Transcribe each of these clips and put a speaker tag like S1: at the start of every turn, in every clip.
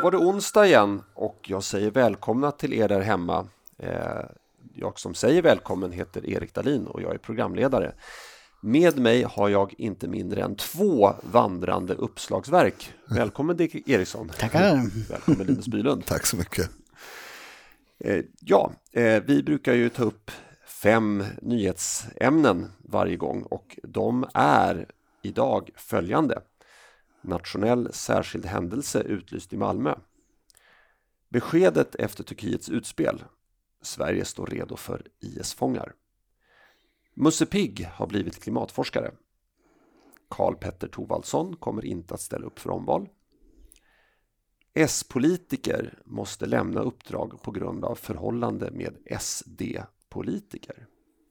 S1: Då var det onsdag igen och jag säger välkomna till er där hemma. Jag som säger välkommen heter Erik Dahlin och jag är programledare. Med mig har jag inte mindre än 2 vandrande uppslagsverk. Välkommen Dick Eriksson.
S2: Tackar.
S1: Välkommen Linus Bylund.
S3: Tack så mycket.
S1: Vi brukar ju ta upp 5 nyhetsämnen varje gång och de är idag följande. Nationell särskild händelse utlyst i Malmö. Beskedet efter Turkiets utspel. Sverige står redo för IS-fångar. Musse Pigg har blivit klimatforskare. Karl Petter Thorwaldsson kommer inte att ställa upp för omval. S-politiker måste lämna uppdrag på grund av förhållande med SD-politiker.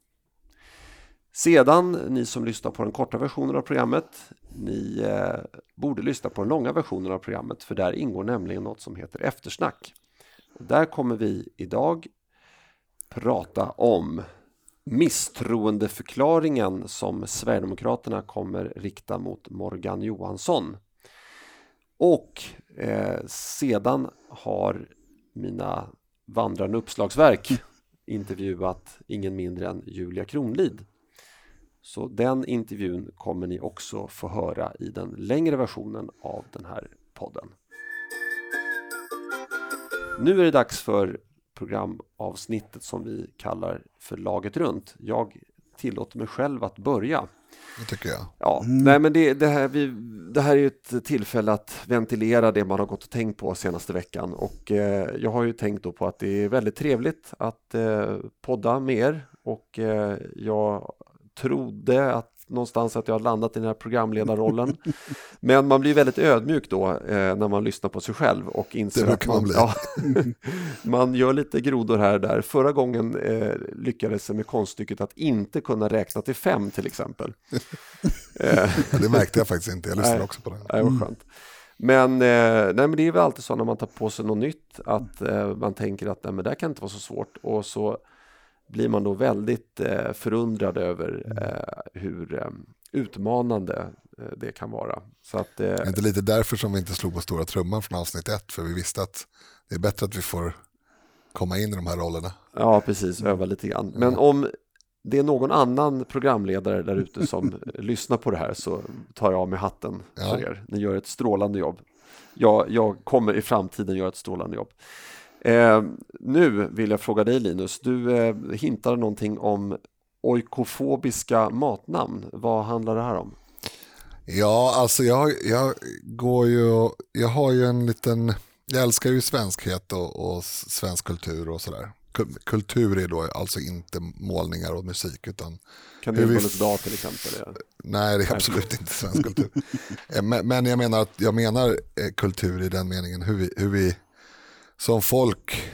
S1: Sedan, ni som lyssnar på den korta versionen av programmet, ni borde lyssna på den långa versionen av programmet, för där ingår nämligen något som heter eftersnack. Och där kommer vi idag prata om misstroendeförklaringen som Sverigedemokraterna kommer rikta mot Morgan Johansson. Och sedan har mina vandrande uppslagsverk intervjuat ingen mindre än Julia Kronlid. Så den intervjun kommer ni också få höra i den längre versionen av den här podden. Nu är det dags för programavsnittet som vi kallar för Laget runt. Jag tillåter mig själv att börja.
S3: Det tycker jag.
S1: Ja, nej, men det här är ju ett tillfälle att ventilera det man har gått och tänkt på senaste veckan. Och jag har ju tänkt då på att det är väldigt trevligt att podda med er. Och jag trodde att någonstans att jag har landat i den här programledarrollen. Men man blir väldigt ödmjuk då när man lyssnar på sig själv och inser att man gör lite grodor här och där. Förra gången lyckades jag med konststycket att inte kunna räkna till 5 till exempel.
S3: Det märkte jag faktiskt inte, jag lyssnade också på det.
S1: Det var skönt. Men det är väl alltid så när man tar på sig något nytt att man tänker att men det kan inte vara så svårt, och så blir man då väldigt förundrad över hur utmanande det kan vara. Så att,
S3: det är inte lite därför som vi inte slog på stora trumman från avsnitt 1, för vi visste att det är bättre att vi får komma in i de här rollerna.
S1: Ja, precis, öva lite grann. Men om det är någon annan programledare där ute som lyssnar på det här, så tar jag av med hatten för er. Ni gör ett strålande jobb. Jag kommer i framtiden göra ett strålande jobb. Nu vill jag fråga dig, Linus, du hintar någonting om oikofobiska matnamn. Vad handlar det här om?
S3: Ja, alltså jag har ju en liten, jag älskar ju svenskhet och svensk kultur och sådär. Kultur är då alltså inte målningar och musik, utan
S1: Kanelbullens dag till exempel.
S3: Nej, det är absolut inte svensk kultur. Men jag menar kultur i den meningen, hur vi som folk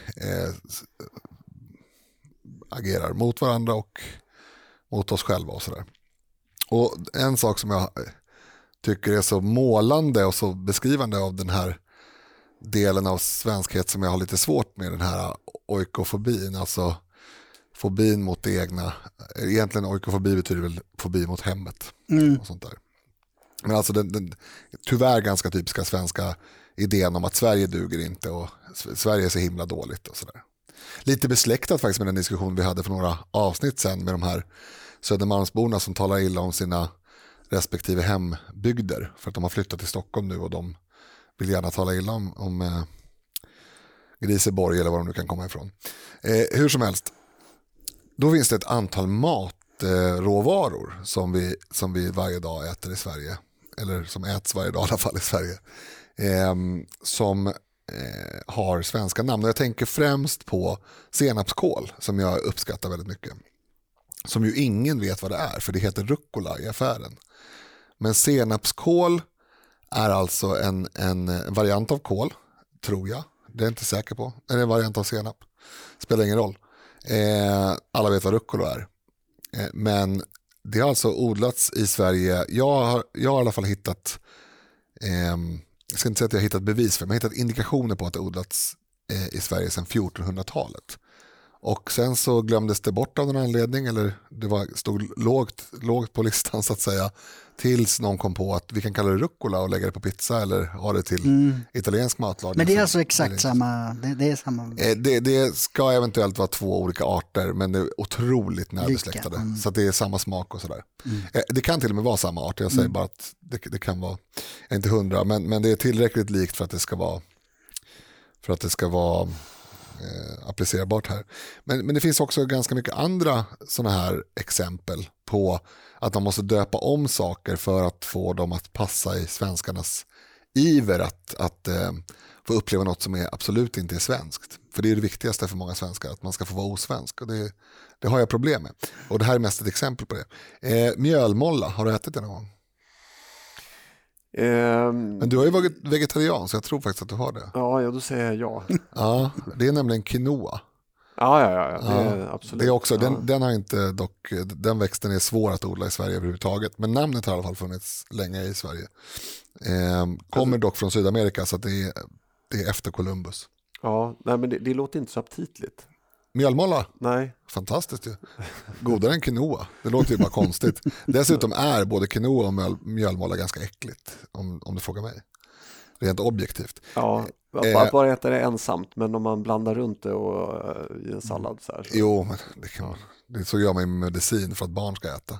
S3: agerar mot varandra och mot oss själva och sådär. Och en sak som jag tycker är så målande och så beskrivande av den här delen av svenskhet som jag har lite svårt med, den här oikofobin, alltså fobin mot det egna. Egentligen oikofobi betyder väl fobi mot hemmet och sånt där. Men alltså den tyvärr ganska typiska svenska idén om att Sverige duger inte och Sverige är så himla dåligt och sådär. Lite besläktat faktiskt med den diskussion vi hade för några avsnitt sen med de här Södermalmsborna som talar illa om sina respektive hembygder för att de har flyttat till Stockholm nu och de vill gärna tala illa om Griseborg eller var de nu kan komma ifrån. Hur som helst, då finns det ett antal matråvaror som vi varje dag äter i Sverige, eller som äts varje dag i alla fall i Sverige, som har svenska namn. Och jag tänker främst på senapskål som jag uppskattar väldigt mycket. Som ju ingen vet vad det är, för det heter rucola i affären. Men senapskål är alltså en variant av kål, tror jag. Det är jag inte säker på. Är det en variant av senap? Spelar ingen roll. Alla vet vad rucola är. Men det har alltså odlats i Sverige. Jag har i alla fall hittat, jag ska inte säga att jag har hittat bevis för, men jag har hittat indikationer på att det odlats i Sverige sedan 1400-talet. Och sen så glömdes det bort av någon anledning, eller stod lågt på listan så att säga, tills någon kom på att vi kan kalla det rucola och lägga det på pizza eller ha det till italiensk matlagning.
S2: Men det är alltså exakt samma? Det är samma.
S3: Det ska eventuellt vara 2 olika arter, men det är otroligt närbesläktade. Så att det är samma smak och sådär. Det kan till och med vara samma art, jag säger bara att det kan vara, jag är inte 100, men det är tillräckligt likt för att det ska vara applicerbart här. Men det finns också ganska mycket andra sådana här exempel på att man måste döpa om saker för att få dem att passa i svenskarnas iver att få uppleva något som absolut inte är svenskt. För det är det viktigaste för många svenskar, att man ska få vara osvensk. Och det har jag problem med. Och det här är mest ett exempel på det. Mjölmolla, har du ätit det någon gång? Men du har ju varit vegetarian, så jag tror faktiskt att du har det.
S1: Ja, då säger jag ja.
S3: Ja, det är nämligen quinoa.
S1: Ja, det är absolut.
S3: Det är också, den har inte den växten är svår att odla i Sverige överhuvudtaget. Men namnet har i alla fall funnits länge i Sverige. Kommer dock från Sydamerika, så att det är efter Columbus.
S1: Ja, nej, men det låter inte så aptitligt.
S3: Mjölmolla?
S1: Nej.
S3: Fantastiskt ju. Godare än quinoa. Det låter ju bara konstigt. Dessutom är både quinoa och mjölmolla ganska äckligt, om du frågar mig. Rent objektivt.
S1: Ja, bara äta det ensamt, men om man blandar runt det och i en sallad så här. Så.
S3: Jo, men det så gör man med medicin för att barn ska äta.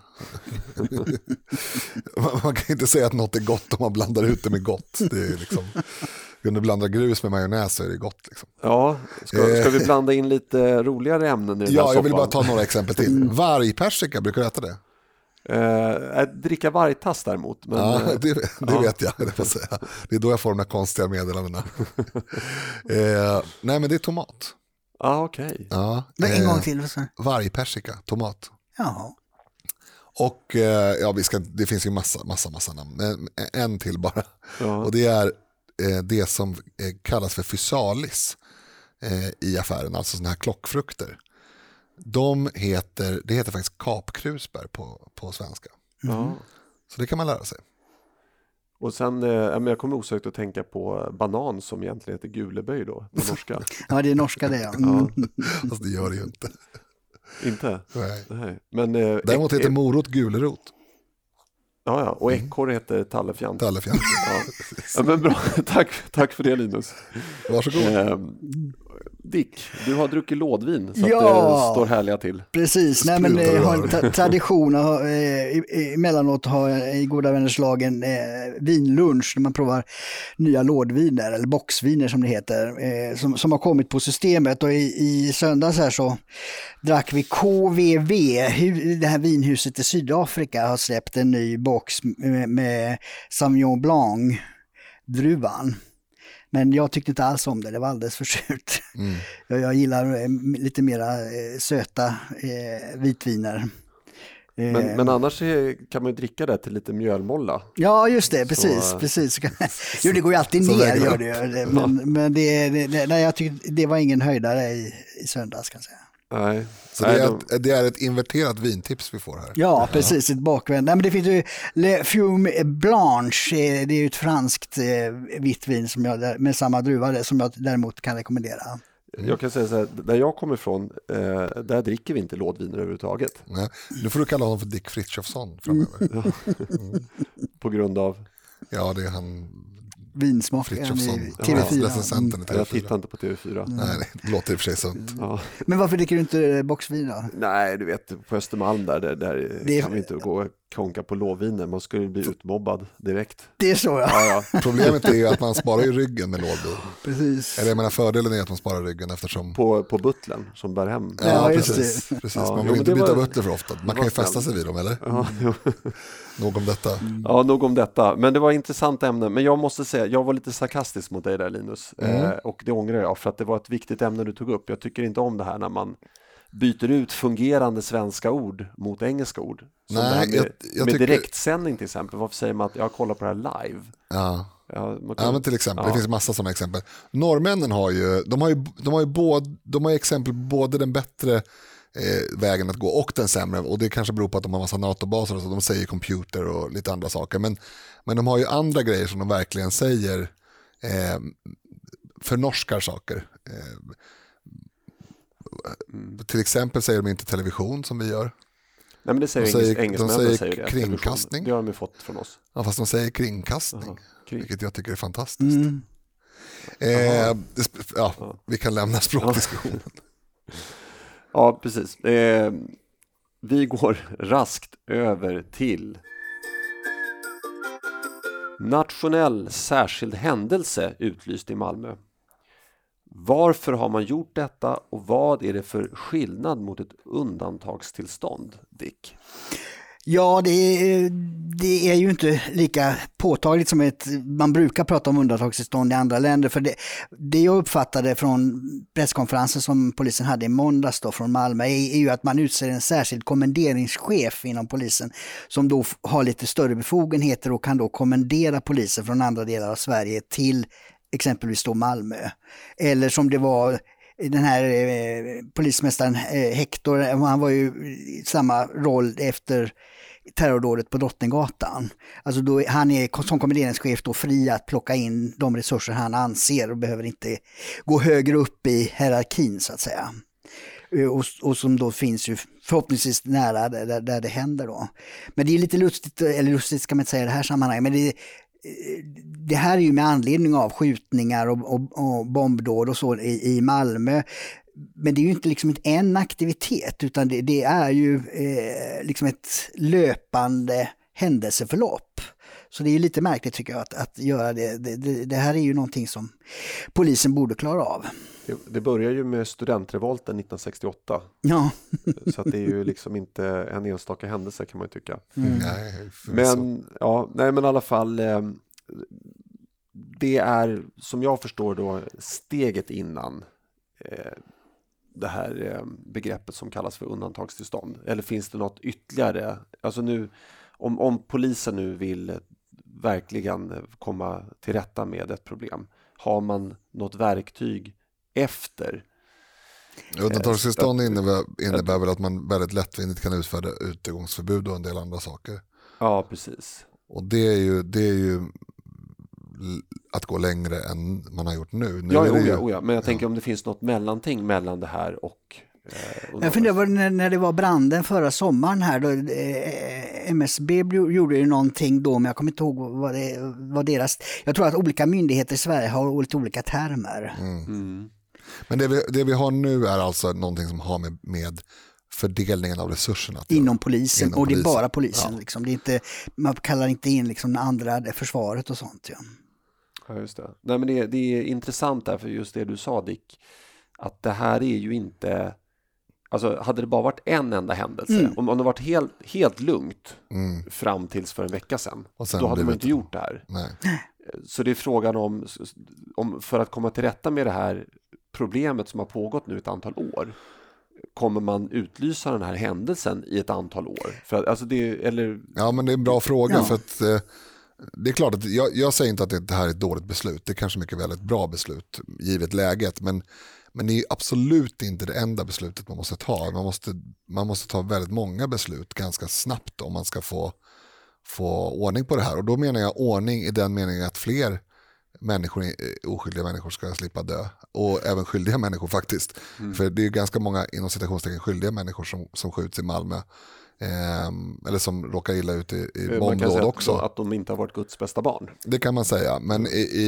S3: Man kan inte säga att något är gott om man blandar ut det med gott. Det är liksom... Om du blandar grus med majonnäs så är det gott. Liksom.
S1: Ja, ska vi blanda in lite roligare ämnen i den här
S3: jag vill
S1: soppan?
S3: bara ta några exempel till. Vargpersika, brukar du äta det?
S1: Dricka vargtass däremot. Men,
S3: ja, det vet jag. Det är då jag får de här konstiga meddelandena. Nej, men det är tomat.
S1: Okej.
S3: Ja,
S2: En gång till.
S3: Vargpersika, tomat.
S2: Jaha.
S3: Och det finns ju massa namn. Men en till bara.
S1: Ja.
S3: Och det är det som kallas för physalis i affären, alltså såna här klockfrukter. Det heter faktiskt kapkrusbär på svenska.
S1: Ja.
S3: Så det kan man lära sig.
S1: Och sen, jag kommer osökt att tänka på banan som egentligen heter guleböj då, på norska.
S2: Ja, det är norska det, ja.
S3: Alltså det gör det ju inte.
S1: Inte?
S3: Nej.
S1: Men,
S3: däremot heter morot gulerot.
S1: Ja, och ekorre heter tallefjant.
S3: Tallefjant.
S1: Ja, men bra, tack för det, Linus.
S3: Varsågod.
S1: Dick, du har druckit lådvin så att det står härliga till.
S2: Precis, nej, men jag har en tradition emellanåt har i Goda Vännerslagen vinlunch när man provar nya lådviner eller boxviner som det heter, som har kommit på systemet. Och i söndags här så drack vi KVV, det här vinhuset i Sydafrika har släppt en ny box med Sauvignon Blanc druvan. Men jag tyckte inte alls om det var alldeles för surt. Jag gillar lite mera söta vitviner.
S1: Men annars kan man ju dricka det till lite mjölmolla.
S2: Ja, just det, precis. Jo, det går ju alltid ner, gör det. Men jag tycker det var ingen höjdare i söndags, kan jag säga.
S1: Nej.
S3: Så det är ett inverterat vintips vi får här.
S2: Ja, precis, ett bakvänd. Nej, men det finns ju Le Fume Blanche, det är ju ett franskt vitt vin med samma druva som jag däremot kan rekommendera.
S1: Jag kan säga så här, där jag kommer ifrån, där dricker vi inte lådviner överhuvudtaget.
S3: Nej, nu får du kalla honom för Dick Frithiofsson framöver.
S1: På grund av?
S3: Ja, det är han...
S2: Vinsmak i TV4.
S1: Jag tittar inte på TV4.
S3: Nej, det låter i och för sig sunt.
S1: Ja.
S2: Men varför dricker du inte boxvin då?
S1: Nej, du vet, på Östermalm där kan vi inte gå och konka på lådviner. Man skulle bli utmobbad direkt.
S2: Det är så, ja.
S3: Problemet är ju att man sparar ju ryggen med lådvin.
S2: Precis.
S3: Eller jag menar, fördelen är att man sparar ryggen eftersom...
S1: På butlern som bär hem.
S3: Ja, precis. Ja, man vill inte byta butler för ofta. Man kan ju fästa sig vid dem, eller?
S1: Ja,
S3: nog om detta.
S1: Ja, nog om detta. Men det var ett intressant ämne. Men jag måste säga, jag var lite sarkastisk mot dig där, Linus. Och det ångrar jag, för att det var ett viktigt ämne du tog upp. Jag tycker inte om det här när man byter ut fungerande svenska ord mot engelska ord. Som
S3: Nej,
S1: det här med
S3: tycker...
S1: direktsändning till exempel. Varför säger man att jag kollar på det här live?
S3: Ja, men till exempel. Det finns massa sådana exempel. Norrmännen har ju exempel både den bättre vägen att gå och den sämre, och det kanske beror på att de har massa NATO-baser och så, de säger computer och lite andra saker, men de har ju andra grejer som de verkligen säger förnorskar saker. till exempel säger de inte television som vi gör.
S1: Nej, men det säger engelsmännen säger det.
S3: Kringkastning.
S1: Det har de fått från oss.
S3: Ja, fast de säger kringkastning.
S1: Aha,
S3: vilket jag tycker är fantastiskt. Vi kan lämna språkdiskussionen.
S1: Ja, precis. Vi går raskt över till nationell särskild händelse utlyst i Malmö. Varför har man gjort detta och vad är det för skillnad mot ett undantagstillstånd, Dick?
S2: Ja, det är ju inte lika påtagligt som man brukar prata om undantagstillstånd i andra länder. För det jag uppfattade från presskonferensen som polisen hade i måndags då från Malmö är ju att man utser en särskild kommenderingschef inom polisen som då har lite större befogenheter och kan då kommendera poliser från andra delar av Sverige till exempelvis då Malmö. Eller som det var den här polismästaren Hector, han var ju i samma roll efter terrordådet på Drottninggatan. Alltså då, han är som kommenderingschef då fri att plocka in de resurser han anser och behöver inte gå högre upp i hierarkin så att säga. Och som då finns ju förhoppningsvis nära där det händer då. Men det är lite lustigt ska man inte säga i det här sammanhanget, men det här är ju med anledning av skjutningar och bombdåd och så i Malmö. Men det är ju inte liksom en aktivitet utan det är ju liksom ett löpande händelseförlopp. Så det är lite märkligt tycker jag att göra det. Det här är ju någonting som polisen borde klara av.
S1: Det börjar ju med studentrevolten 1968.
S2: Ja.
S1: Så att det är ju liksom inte en enstaka händelse kan man ju tycka.
S3: Nej,
S1: men i alla fall det är som jag förstår då steget innan det här begreppet som kallas för undantagstillstånd. Eller finns det något ytterligare? Alltså nu om polisen nu vill verkligen komma till rätta med ett problem. Har man något verktyg efter?
S3: Undantagstillstånd innebär väl att man väldigt lättvindigt kan utfärda utegångsförbud och en del andra saker.
S1: Ja, precis.
S3: Och det är ju att gå längre än man har gjort nu.
S1: Men jag tänker om det finns något mellanting mellan det här och
S2: jag funderar när det var branden förra sommaren här då, MSB gjorde ju någonting då, men jag kommer inte ihåg vad det var deras. Jag tror att olika myndigheter i Sverige har lite olika termer.
S3: Men det vi har nu är alltså någonting som har med fördelningen av resurserna
S2: inom polisen. Och det är bara polisen. Ja. Liksom. Det är inte, man kallar inte in liksom andra försvaret och sånt.
S1: Ja, just det. Nej, men det är intressant där för just det du sa, Dick. Att det här är ju inte... Alltså hade det bara varit en enda händelse, om det varit helt lugnt fram tills för en vecka sedan, då hade man inte gjort det här.
S3: Nej.
S1: Så det är frågan om för att komma till rätta med det här problemet som har pågått nu ett antal år, kommer man utlysa den här händelsen i ett antal år? För att, alltså
S3: Ja, men det är en bra fråga för att det är klart att jag säger inte att det här är ett dåligt beslut. Det är kanske mycket väl ett bra beslut givet läget, men det är absolut inte det enda beslutet man måste ta. Man måste ta väldigt många beslut ganska snabbt om man ska få ordning på det här. Och då menar jag ordning i den meningen att fler oskyldiga människor ska slippa dö. Och även skyldiga människor faktiskt. För det är ganska många inom citationstecken skyldiga människor som skjuts i Malmö. Eller som råkar illa ut i bombdåd också.
S1: Att de inte har varit Guds bästa barn.
S3: Det kan man säga. Men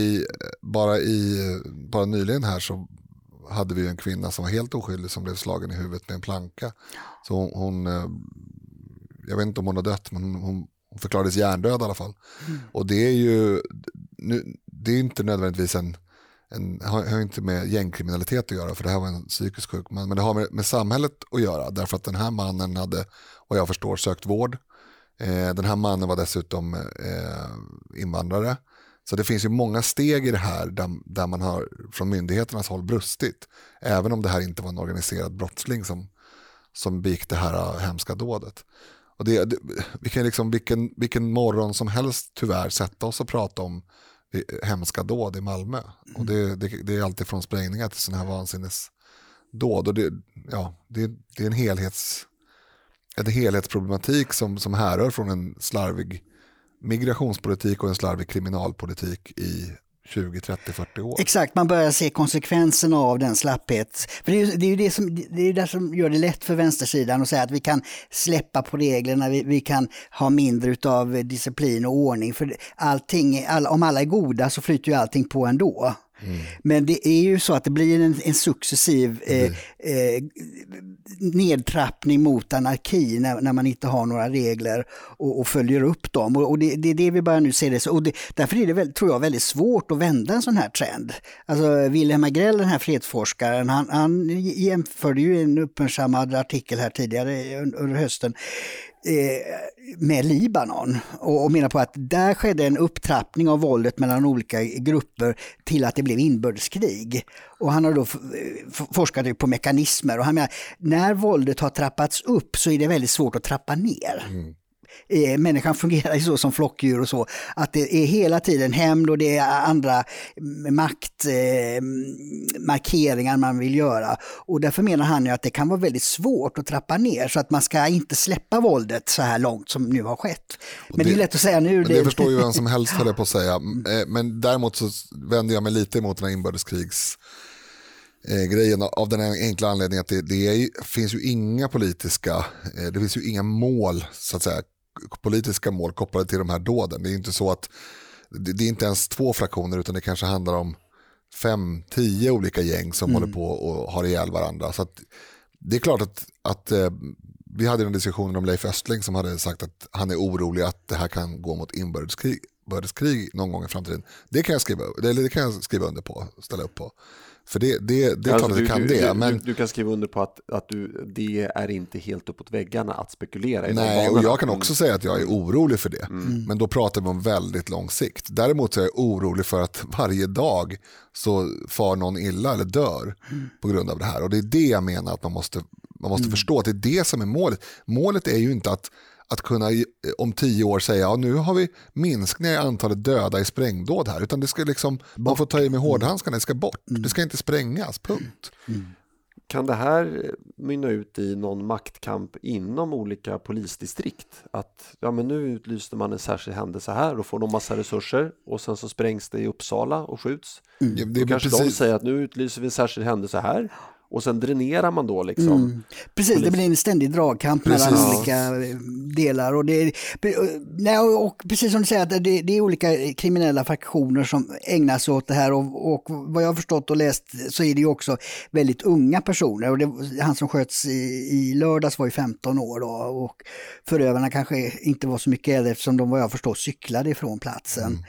S3: bara nyligen här så hade vi en kvinna som var helt oskyldig som blev slagen i huvudet med en planka. Så hon jag vet inte om hon har dött, men hon förklarades hjärndöd i alla fall. Och det är ju det är inte nödvändigtvis har inte med gängkriminalitet att göra, för det här var en psykisk sjuk man, men det har med samhället att göra, därför att den här mannen hade, och jag förstår, sökt vård. Den här mannen var dessutom invandrare. Så det finns ju många steg i det här där man har från myndigheternas håll brustit. Även om det här inte var en organiserad brottsling som begick det här hemska dådet. Och vi kan liksom vilken morgon som helst tyvärr sätta oss och prata om hemska dåd i Malmö. Och det är alltid från sprängningar till sådana här vansinnesdåd. Och det är en helhetsproblematik som härrör från en slarvig migrationspolitik och en slarvig kriminalpolitik 20, 30, 40 år.
S2: Exakt, man börjar se konsekvenserna av den slapphet. För det är ju det som gör det lätt för vänstersidan att säga att vi kan släppa på reglerna, vi kan ha mindre utav disciplin och ordning. För om alla är goda så flyter ju allting på ändå. Men det är ju så att det blir en successiv nedtrappning mot anarki när man inte har några regler och följer upp dem. Och det är det vi börjar nu se det. Och därför är det tror jag väldigt svårt att vända en sån här trend. Alltså Wilhelm Agrell, den här fredsforskaren, han jämförde ju en uppmärksammad artikel här tidigare under hösten med Libanon och menar på att där skedde en upptrappning av våldet mellan olika grupper till att det blev inbördeskrig. Och han har då forskat på mekanismer och han menar, när våldet har trappats upp så är det väldigt svårt att trappa ner. Människan fungerar ju så som flockdjur och så, att det är hela tiden hämnd och det är andra maktmarkeringar man vill göra, och därför menar han ju att det kan vara väldigt svårt att trappa ner, så att man ska inte släppa våldet så här långt som nu har skett. Men det är lätt att säga nu.
S3: Det förstår ju vem som helst, höll jag på att säga. Men däremot så vänder jag mig lite emot den här inbördeskrigs grejen av den enkla anledningen att det finns ju inga det finns ju inga mål, så att säga, politiska mål kopplade till de här dåden. Det är inte så att det är inte ens 2 fraktioner, utan det kanske handlar om 5-10 olika gäng som håller på och har ihjäl varandra. Så att det är klart att vi hade en diskussion om Leif Östling som hade sagt att han är orolig att det här kan gå mot inbördeskrig någon gång i framtiden. Det kan jag skriva under på, ställa upp på. För det är klart att det kan det. Men
S1: du kan skriva under på att det är inte helt uppåt väggarna att spekulera i.
S3: Nej, och jag kan också säga att jag är orolig för det. Men då pratar vi om väldigt lång sikt. Däremot så är jag orolig för att varje dag så far någon illa eller dör på grund av det här. Och det är det jag menar att man måste förstå, att det är det som är målet. Målet är ju inte att kunna om 10 år säga ja, nu har vi minskning i antalet döda i sprängdåd här, utan det ska liksom, man får ta i med hårdhandskarna, det ska bort, det ska inte sprängas, punkt.
S1: Kan det här mynna ut i någon maktkamp inom olika polisdistrikt? Att men nu utlyste man en särskild händelse här och får de massa resurser, och sen så sprängs det i Uppsala och skjuts. Då kanske de säger att nu utlyser vi en särskild händelse här. Och sen dränerar man då liksom.
S2: Precis, det blir en ständig dragkamp mellan olika delar. Och precis som du säger, att det är olika kriminella fraktioner som ägnar sig åt det här. Och vad jag har förstått och läst så är det ju också väldigt unga personer. Och han som sköts i lördags var ju 15 år då. Och förövarna kanske inte var så mycket äldre, eftersom de, vad jag förstår, cyklade ifrån platsen.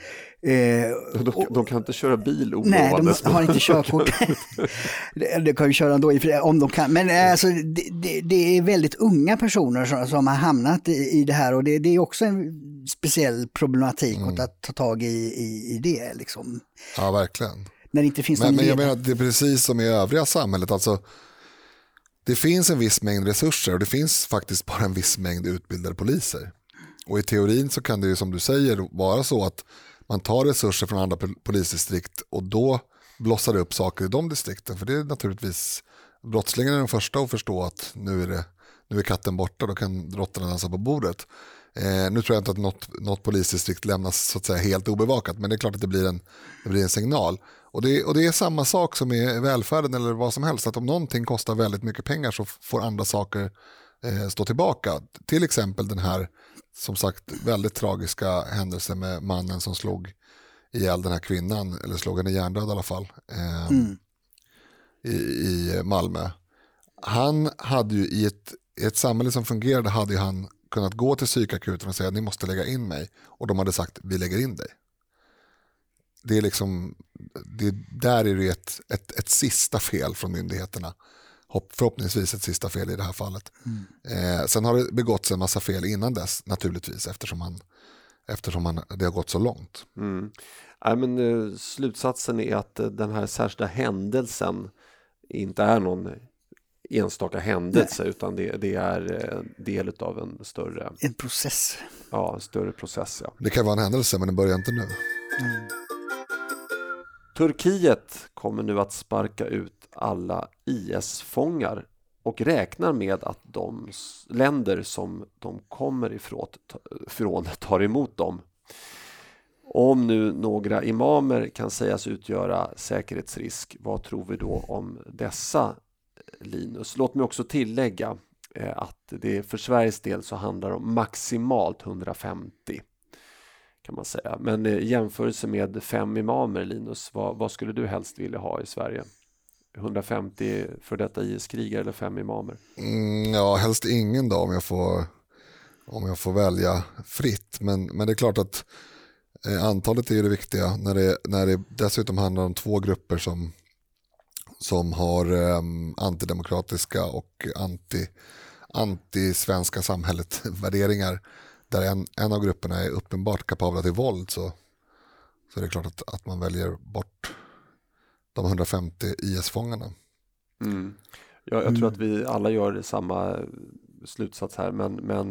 S1: De kan inte köra bil olovande.
S2: Nej, de har inte körkort. De kan ju köra ändå om de kan. Men alltså, det är väldigt unga personer som har hamnat i det här, och det är också en speciell problematik att ta tag i det. Liksom.
S3: Ja, verkligen.
S2: När det inte finns
S3: men jag menar att det är precis som i övriga samhället. Alltså, det finns en viss mängd resurser och det finns faktiskt bara en viss mängd utbildade poliser. Och i teorin så kan det ju, som du säger, vara så att man tar resurser från andra polisdistrikt och då blossar det upp saker i de distrikten. För det är naturligtvis, brottslingen är den första att förstå att nu är katten borta, då kan råttorna dansa på bordet. Nu tror jag inte att något polisdistrikt lämnas så att säga helt obevakat, men det är klart att det blir en signal. Och det är samma sak som i välfärden eller vad som helst, att om någonting kostar väldigt mycket pengar så får andra saker stå tillbaka. Till exempel den här, som sagt, väldigt tragiska händelsen med mannen som slog ihjäl den här kvinnan, eller slog henne hjärndöd i alla fall, i Malmö. Han hade ju i ett samhälle som fungerade hade han kunnat gå till psykakuten och säga ni måste lägga in mig, och de hade sagt vi lägger in dig. Det är liksom, där är det ett sista fel från myndigheterna. Förhoppningsvis ett sista fel i det här fallet. Sen har det begåtts en massa fel innan dess naturligtvis, eftersom det har gått så långt.
S1: Slutsatsen är att den här särskilda händelsen inte är någon enstaka händelse. Nej. Utan det är del av en större...
S2: En process.
S1: Ja, en större process. Ja.
S3: Det kan vara en händelse, men det börjar inte nu.
S1: Turkiet kommer nu att sparka ut alla IS-fångar och räknar med att de länder som de kommer ifrån tar emot dem. Om nu några imamer kan sägas utgöra säkerhetsrisk, vad tror vi då om dessa, Linus? Låt mig också tillägga att det för Sveriges del så handlar om maximalt 150 kan man säga. Men i jämförelse med 5 imamer, Linus, vad skulle du helst vilja ha i Sverige? 150 för detta IS-krigare eller 5 imamer?
S3: Ja, helst ingen då om jag får välja fritt. Men det är klart att antalet är det viktiga när det dessutom handlar om 2 grupper som har antidemokratiska och anti-svenska samhället värderingar, där en av grupperna är uppenbart kapabla till våld, så är det klart att man väljer bort de 150 IS-fångarna.
S1: Jag tror att vi alla gör samma slutsats här, men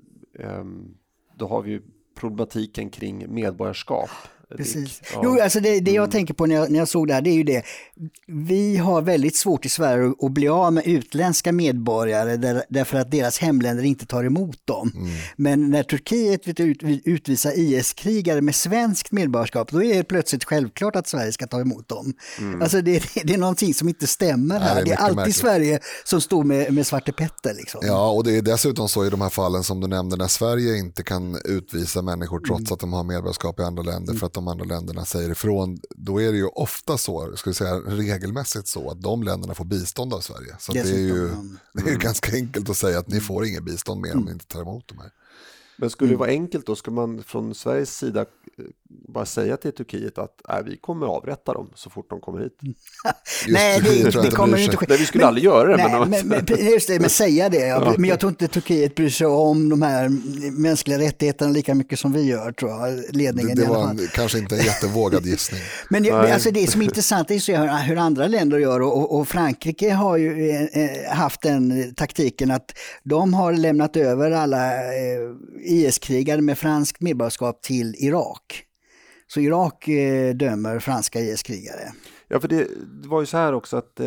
S1: då har vi ju problematiken kring medborgarskap.
S2: Precis. Ja. Jo, alltså det jag tänker på när jag såg det här, det är ju det. Vi har väldigt svårt i Sverige att bli av med utländska medborgare därför att deras hemländer inte tar emot dem. Men när Turkiet vill utvisa IS-krigare med svenskt medborgarskap, då är det plötsligt självklart att Sverige ska ta emot dem. Alltså det är någonting som inte stämmer här. Det är alltid märkligt. Sverige som står med Svarte Petter. Liksom.
S3: Ja, och det är dessutom så i de här fallen som du nämnde, när Sverige inte kan utvisa människor trots att de har medborgarskap i andra länder för att de andra länderna säger ifrån, då är det ju ofta så, ska vi säga regelmässigt så, att de länderna får bistånd av Sverige. Så det är ju ganska enkelt att säga att ni får ingen bistånd mer om ni inte tar emot de här.
S1: Men skulle det vara enkelt då, ska man från Sveriges sida bara säga till Turkiet att vi kommer avrätta dem så fort de kommer hit?
S2: Nej, det kommer inte ske.
S1: Vi skulle aldrig göra det.
S2: Men säga det. Ja. Men jag tror inte Turkiet bryr sig om de här mänskliga rättigheterna lika mycket som vi gör, tror jag. Ledningen
S3: det var kanske inte en jättevågad gissning.
S2: Men alltså det som är intressant är att se hur andra länder gör, och Frankrike har ju haft den taktiken att de har lämnat över alla IS-krigare med fransk medborgarskap till Irak. Så Irak dömer franska IS-krigare.
S1: Ja, för det var ju så här också att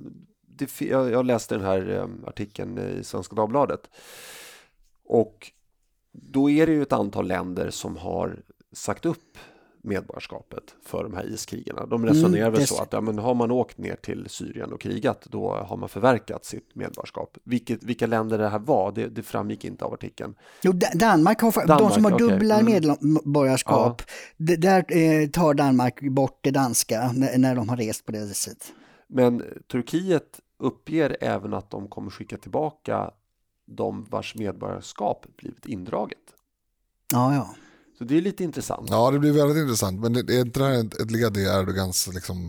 S1: jag läste den här artikeln i Svenska Dagbladet. Och då är det ju ett antal länder som har sagt upp medborgarskapet för de här IS-krigarna. De resonerar väl så att har man åkt ner till Syrien och krigat, då har man förverkat sitt medborgarskap. Vilka länder det här var, det framgick inte av artikeln. Jo,
S2: Danmark de som har dubbla medborgarskap, där tar Danmark bort det danska när de har rest på det viset.
S1: Men Turkiet uppger även att de kommer skicka tillbaka de vars medborgarskap blivit indraget.
S2: Ja.
S1: Så det är lite intressant.
S3: Ja, det blir väldigt intressant. Men det är inte det här ett led i Erdogans liksom,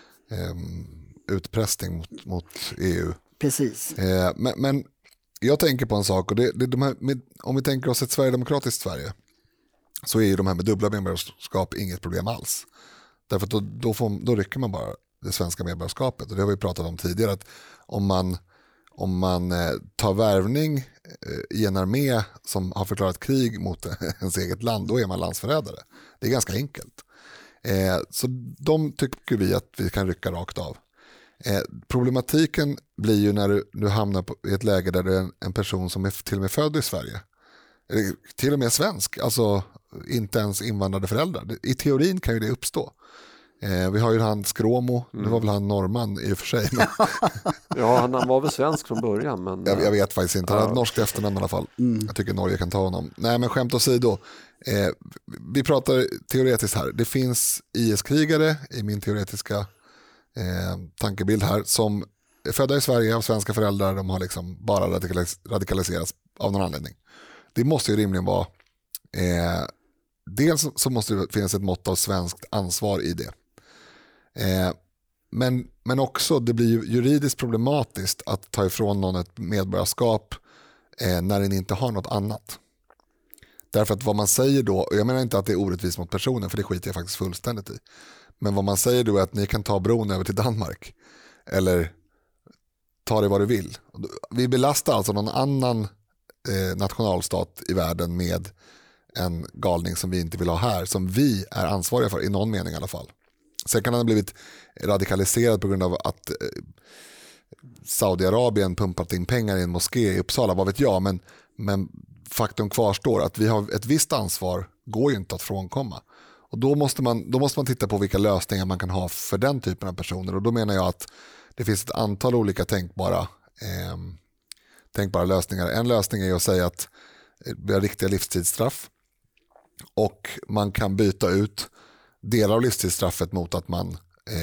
S3: utpressning mot EU.
S2: Precis.
S3: Men jag tänker på en sak. Och om vi tänker oss ett sverigedemokratiskt Sverige, så är ju de här med dubbla medborgarskap inget problem alls. Därför att då rycker man bara det svenska medborgarskapet. Och det har vi pratat om tidigare. Att om man tar värvning i en armé som har förklarat krig mot ens eget land, då är man landsförrädare. Det är ganska enkelt. Så de tycker vi att vi kan rycka rakt av. Problematiken blir ju när du hamnar i ett läge där du är en person som är till och med född i Sverige. Till och med svensk, alltså inte ens invandrade föräldrar. I teorin kan ju det uppstå. Vi har ju han Skråmo, det var väl han norrman i och för sig. Men...
S1: ja, han var väl svensk från början. Men...
S3: Jag vet faktiskt inte, han hade norskt efternamn i alla fall. Jag tycker Norge kan ta honom. Nej, men skämt åsido. Vi pratar teoretiskt här. Det finns IS-krigare i min teoretiska tankebild här som är födda i Sverige av svenska föräldrar. De har liksom bara radikaliserats av någon anledning. Det måste ju rimligen vara... dels så måste det finnas ett mått av svenskt ansvar i det. Men också det blir ju juridiskt problematiskt att ta ifrån någon ett medborgarskap när den inte har något annat. Därför att vad man säger då, och jag menar inte att det är orättvist mot personen, för det skiter jag faktiskt fullständigt i. Men vad man säger då är att ni kan ta bron över till Danmark. Eller ta det vad du vill. Vi belastar alltså någon annan nationalstat i världen med en galning som vi inte vill ha här, som vi är ansvariga för, i någon mening i alla fall. Sen kan han ha blivit radikaliserad på grund av att Saudiarabien pumpat in pengar i en moské i Uppsala, vad vet jag, men faktum kvarstår att vi har ett visst ansvar, går ju inte att frånkomma. Och då måste man titta på vilka lösningar man kan ha för den typen av personer. Och då menar jag att det finns ett antal olika tänkbara lösningar. En lösning är att säga att vi har riktiga livstidsstraff och man kan byta ut delar av livstidsstraffet mot att man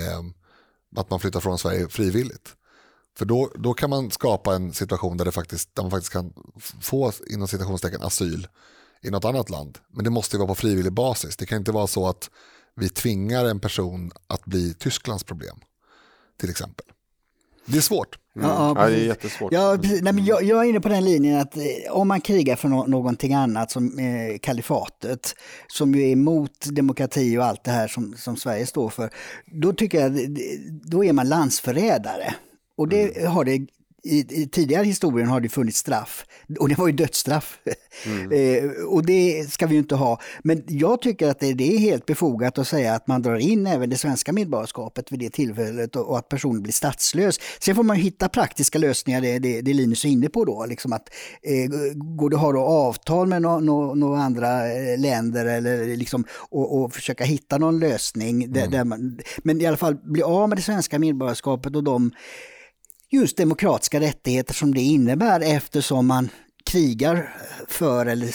S3: flyttar från Sverige frivilligt. För då kan man skapa en situation där man faktiskt kan få inom citationstecken asyl i något annat land. Men det måste vara på frivillig basis. Det kan inte vara så att vi tvingar en person att bli Tysklands problem, till exempel. Det är svårt.
S1: Ja, det är jättesvårt.
S2: Ja, nej, men jag är inne på den linjen att om man krigar för någonting annat som kalifatet, som ju är emot demokrati och allt det här som Sverige står för, då tycker jag då är man landsförrädare. Och det har det i tidigare historien har det funnits straff. Och det var ju dödsstraff. Och det ska vi ju inte ha. Men jag tycker att det är helt befogat att säga att man drar in även det svenska medborgarskapet vid det tillfället och att personen blir statslös. Sen får man hitta praktiska lösningar, det Linus är inne på då. Liksom att, går det att ha då avtal med några andra länder eller liksom, och försöka hitta någon lösning. Där man, men i alla fall bli av med det svenska medborgarskapet och de just demokratiska rättigheter som det innebär eftersom man krigar för eller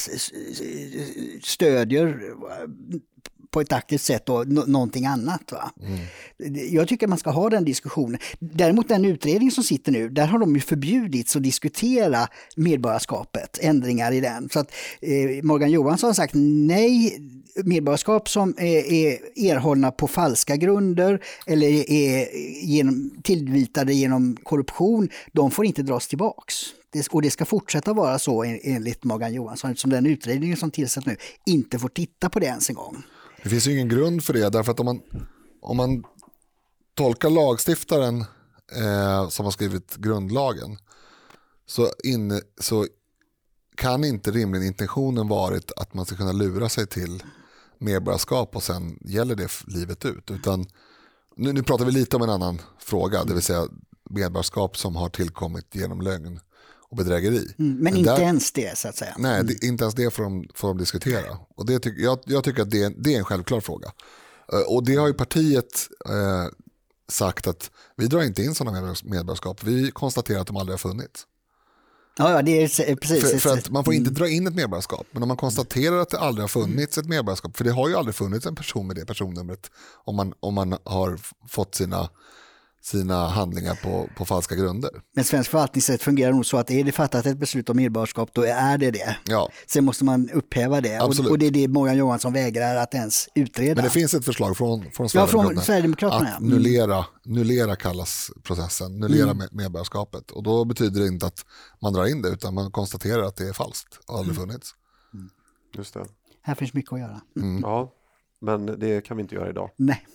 S2: stödjer på ett aktivt sätt och någonting annat. Va? Jag tycker man ska ha den diskussionen. Däremot den utredning som sitter nu, där har de ju förbjudits att diskutera medborgarskapet, ändringar i den. Så att Morgan Johansson har sagt nej, medborgarskap som är erhållna på falska grunder eller är tillvitade genom korruption, de får inte dras tillbaks. Och det ska fortsätta vara så enligt Morgan Johansson, eftersom den utredningen som tillsätts nu inte får titta på det ens en gång.
S3: Det finns ju ingen grund för det, därför att om man tolkar lagstiftaren som har skrivit grundlagen så kan inte rimligen intentionen varit att man ska kunna lura sig till medborgarskap och sen gäller det livet ut. Utan nu pratar vi lite om en annan fråga, det vill säga medborgarskap som har tillkommit genom lögn och bedrägeri.
S2: Men inte ens det, så att säga.
S3: Nej, inte ens det får de diskutera. Och jag tycker att det är en självklar fråga. Och det har ju partiet sagt att vi drar inte in sådana medborgarskap. Vi konstaterar att de aldrig har funnits.
S2: Ja, det är precis.
S3: För att man får inte dra in ett medborgarskap. Men om man konstaterar att det aldrig har funnits ett medborgarskap, för det har ju aldrig funnits en person med det personnumret om man har fått sina handlingar på falska grunder.
S2: Men svensk förvaltningsrätt fungerar nog så att är det fattat ett beslut om medborgarskap, då är det.
S3: Ja.
S2: Sen måste man upphäva det. Och det är det Morgan Johansson vägrar att ens utreda.
S3: Men det finns ett förslag från
S2: Sverigedemokraterna
S3: att nullera kallas processen, nullera medborgarskapet. Och då betyder det inte att man drar in det, utan man konstaterar att det är falskt och aldrig funnits.
S1: Just det.
S2: Här finns mycket att göra.
S1: Ja, men det kan vi inte göra idag.
S2: Nej.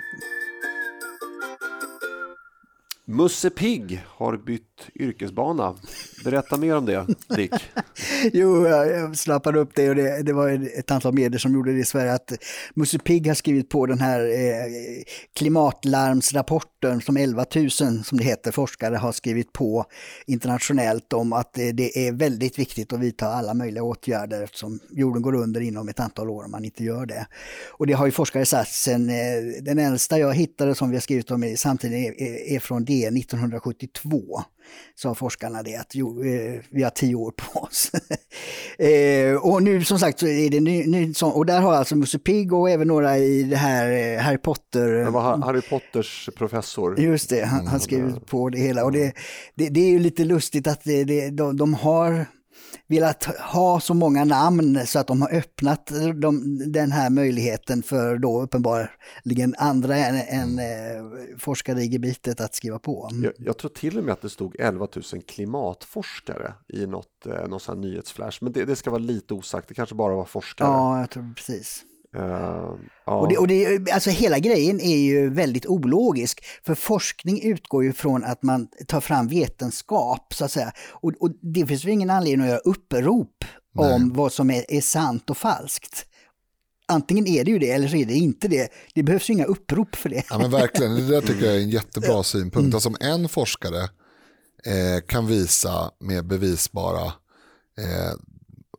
S1: Musse Pigg har bytt yrkesbana. Berätta mer om det, Dick.
S2: Jo, jag snappade upp det och det var ett antal medier som gjorde det i Sverige att Musse Pigg har skrivit på den här klimatlarmsrapporten som 11 000 som det heter forskare har skrivit på internationellt om att det är väldigt viktigt att vidta alla möjliga åtgärder eftersom jorden går under inom ett antal år om man inte gör det. Och det har ju forskare sagt sen den äldsta jag hittade som vi har skrivit om samtidigt är från det 1972. Sa forskarna det att vi har 10 år på oss. Och nu som sagt så är det ny och där har alltså Musse Pigg och även några i det här Harry Potter.
S1: Det var Harry Potters professor.
S2: Just det, han skrev på det hela och det är ju lite lustigt att de har velat ha så många namn så att de har öppnat den här möjligheten för då uppenbarligen andra än forskare i gebitet att skriva på.
S1: Jag tror till och med att det stod 11 000 klimatforskare i någon sån här nyhetsflash, men det ska vara lite osagt, det kanske bara var forskare.
S2: Ja, jag tror precis.
S1: Ja.
S2: Och det, alltså hela grejen är ju väldigt ologisk, för forskning utgår ju från att man tar fram vetenskap så att säga, och det finns ju ingen anledning att göra upprop om vad som är sant och falskt. Antingen är det ju det eller så är det inte det. Det behövs ju inga upprop för det.
S3: Ja men verkligen, det där tycker jag är en jättebra synpunkt. Alltså om en forskare kan visa med bevisbara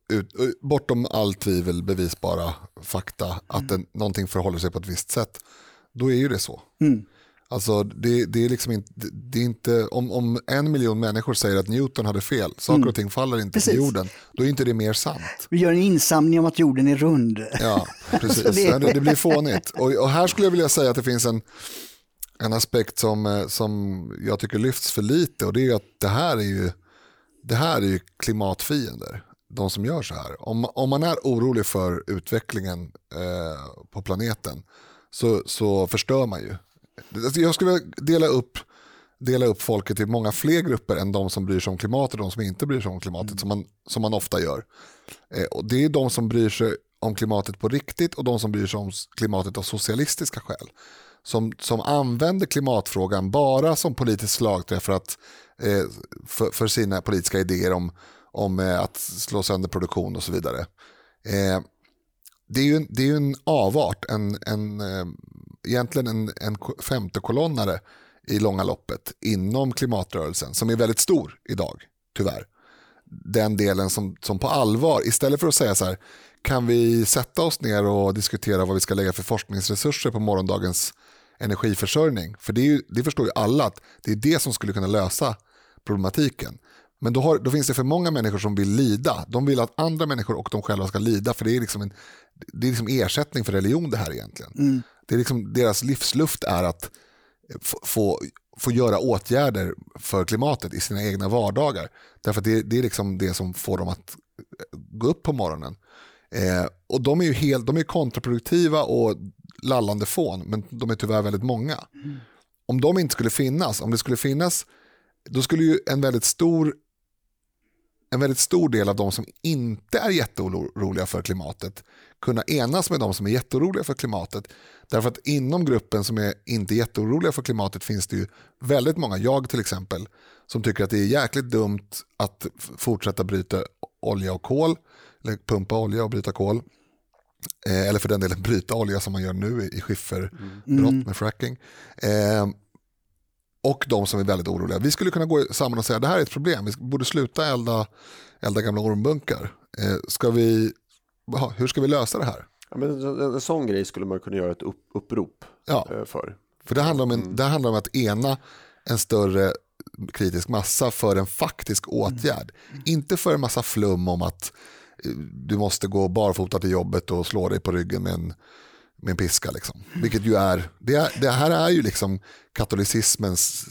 S3: bortom all tvivel bevisbara fakta att någonting förhåller sig på ett visst sätt, då är ju det så. Alltså det är liksom inte, det är inte om 1 miljon människor säger att Newton hade fel, saker och ting faller inte till jorden, då är inte det mer sant.
S2: Vi gör en insamling om att jorden är rund.
S3: Ja, precis. Det blir fånigt. Och här skulle jag vilja säga att det finns en aspekt som jag tycker lyfts för lite, och det är att det här är ju klimatfiender, de som gör så här. Om man är orolig för utvecklingen på planeten så förstör man ju. Jag skulle dela upp folket i många fler grupper än de som bryr sig om klimatet och de som inte bryr sig om klimatet, som man ofta gör. Och det är de som bryr sig om klimatet på riktigt och de som bryr sig om klimatet av socialistiska skäl. Som använder klimatfrågan bara som politisk slagträ för sina politiska idéer om att slå sönder produktion och så vidare. Det är ju en avart, egentligen en femte kolonnare i långa loppet inom klimatrörelsen som är väldigt stor idag, tyvärr. Den delen som på allvar, istället för att säga så här, kan vi sätta oss ner och diskutera vad vi ska lägga för forskningsresurser på morgondagens energiförsörjning, för det förstår ju alla att det är det som skulle kunna lösa problematiken. Men då finns det för många människor som vill lida. De vill att andra människor och de själva ska lida, för det är liksom ersättning för religion det här egentligen. Det är liksom, deras livsluft är att få göra åtgärder för klimatet i sina egna vardagar. Därför att det är liksom det som får dem att gå upp på morgonen. Och de är kontraproduktiva och lallande fån, men de är tyvärr väldigt många. Om de inte skulle finnas, om det skulle finnas, då skulle ju en väldigt stor del av de som inte är jätteoroliga för klimatet kunna enas med de som är jätteoroliga för klimatet. Därför att inom gruppen som är inte jätteoroliga för klimatet finns det ju väldigt många, jag till exempel, som tycker att det är jäkligt dumt att fortsätta bryta olja och kol, eller pumpa olja och bryta kol. Eller för den delen bryta olja som man gör nu i skifferbrott med fracking. Och de som är väldigt oroliga. Vi skulle kunna gå samman och säga att det här är ett problem. Vi borde sluta elda gamla ormbunkar. Hur ska vi lösa det här?
S1: Ja, men en sån grej skulle man kunna göra ett upprop för.
S3: För det handlar om att ena en större kritisk massa för en faktisk åtgärd. Inte för en massa flum om att du måste gå barfota till jobbet och slå dig på ryggen med en piska liksom. Vilket ju det här är ju liksom katolicismens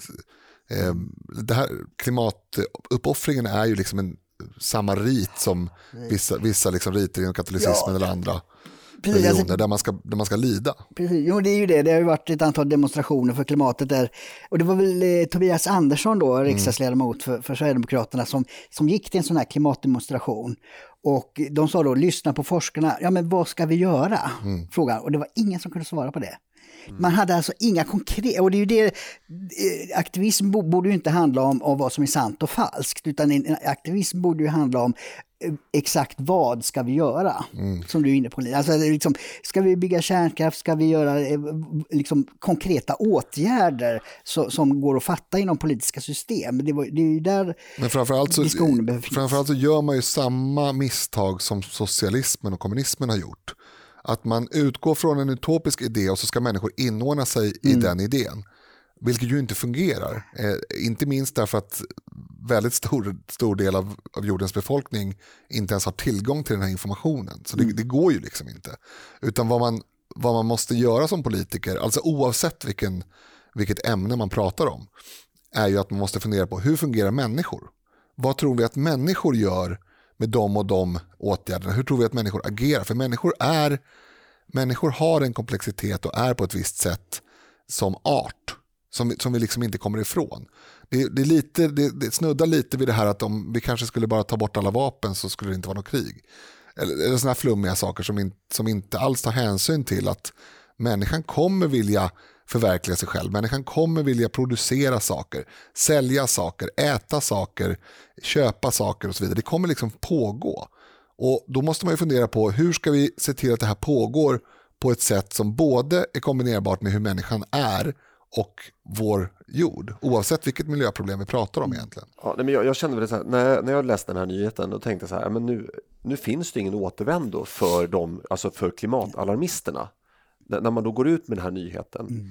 S3: det här klimatuppoffringen är ju liksom samma rit som vissa liksom riter inom katolicismen eller andra religioner där man ska lida.
S2: Precis. Jo, det är ju det. Det har ju varit ett antal demonstrationer för klimatet där. Och det var väl Tobias Andersson då, riksdagsledamot för Sverigedemokraterna, som gick till en sån här klimatdemonstration. Och de sa då, lyssna på forskarna. Ja, men vad ska vi göra? Frågan. Och det var ingen som kunde svara på det. Man hade alltså inga konkreta, och det är ju det, aktivism borde ju inte handla om vad som är sant och falskt, utan aktivism borde ju handla om exakt vad ska vi göra, som du är inne på. Alltså, liksom, ska vi bygga kärnkraft, ska vi göra liksom, konkreta åtgärder som går att fatta inom politiska system. Det är ju där.
S3: Men framförallt så gör man ju samma misstag som socialismen och kommunismen har gjort. Att man utgår från en utopisk idé och så ska människor inordna sig i den idén. Vilket ju inte fungerar. Inte minst därför att väldigt stor del av jordens befolkning inte ens har tillgång till den här informationen. Så det går ju liksom inte. Utan vad man måste göra som politiker, alltså oavsett vilket ämne man pratar om, är ju att man måste fundera på hur fungerar människor? Vad tror vi att människor gör med de och de åtgärderna? Hur tror vi att människor agerar? För människor har en komplexitet och är på ett visst sätt som art som vi liksom inte kommer ifrån. Det snuddar lite vid det här att om vi kanske skulle bara ta bort alla vapen så skulle det inte vara något krig. Eller såna här flummiga saker som inte alls tar hänsyn till att människan kommer vilja förverkliga sig själv. Människan kommer vilja producera saker, sälja saker, äta saker, köpa saker och så vidare. Det kommer liksom pågå. Och då måste man ju fundera på hur ska vi se till att det här pågår på ett sätt som både är kombinerbart med hur människan är och vår jord, oavsett vilket miljöproblem vi pratar om egentligen.
S1: Ja, men jag kände väl det så här, när jag läste den här nyheten och tänkte så här, men nu finns det ingen återvändo för dem, alltså för klimatalarmisterna. När man då går ut med den här nyheten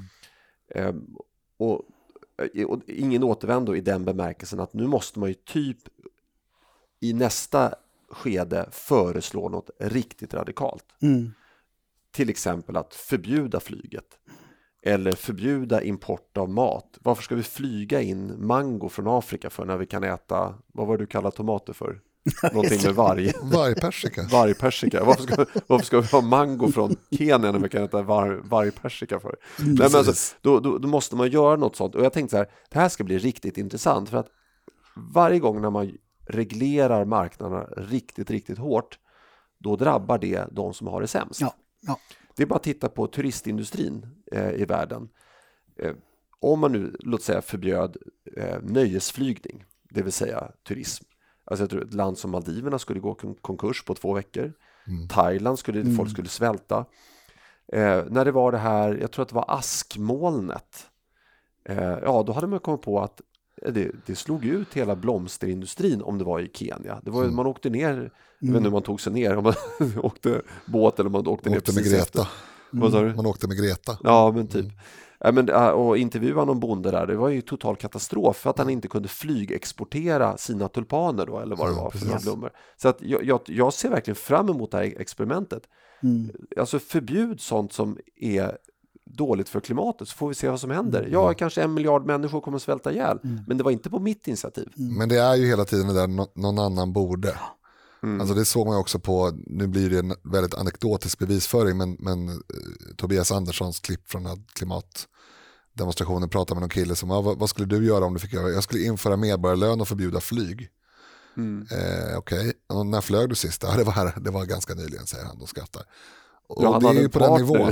S1: och ingen återvändo i den bemärkelsen att nu måste man ju typ i nästa skede föreslå något riktigt radikalt. Till exempel att förbjuda flyget eller förbjuda import av mat. Varför ska vi flyga in mango från Afrika för när vi kan äta, vad var det du kallar tomater för? Någonting med varg.
S3: Vargpersika.
S1: Vargpersika. Varför ska vi ha mango från Kenya när vi kan äta vargpersika för? Nej, men alltså, då måste man göra något sånt. Och jag tänkte så här, det här ska bli riktigt intressant för att varje gång när man reglerar marknaderna riktigt, riktigt hårt, då drabbar det de som har det sämst.
S2: Ja.
S1: Det är bara att titta på turistindustrin i världen. Om man nu, låt säga, förbjöd nöjesflygning, det vill säga turism. Alltså jag tror ett land som Maldiverna skulle gå konkurs på 2 veckor. Thailand folk skulle svälta. När det var det här, jag tror att det var askmolnet. Då hade man kommit på att det slog ut hela blomsterindustrin om det var i Kenya. Det var man åkte ner, jag vet inte hur man tog sig ner, om man åkte båt eller man åkte ner
S3: precis med Greta.
S1: Vad sa du?
S3: Man åkte med Greta.
S1: Ja, men typ. Och intervjua någon bonde där, det var ju total katastrof för att han inte kunde flygexportera sina tulpaner då, eller vad det var för några blommor. Så att jag ser verkligen fram emot det här experimentet. Alltså förbjud sånt som är dåligt för klimatet, så får vi se vad som händer. Ja, kanske 1 miljard människor kommer att svälta ihjäl, men det var inte på mitt initiativ.
S3: Men det är ju hela tiden det där någon annan borde. Alltså det såg man ju också på, nu blir det en väldigt anekdotisk bevisföring, men Tobias Anderssons klipp från klimatdemonstrationen pratade med någon kille som, vad skulle du göra om du fick göra? Jag skulle införa medborgarlön och förbjuda flyg. Okej. Och när flög du sist? Ja, det var ganska nyligen, säger han och skrattar. Och det är ju på den nivån.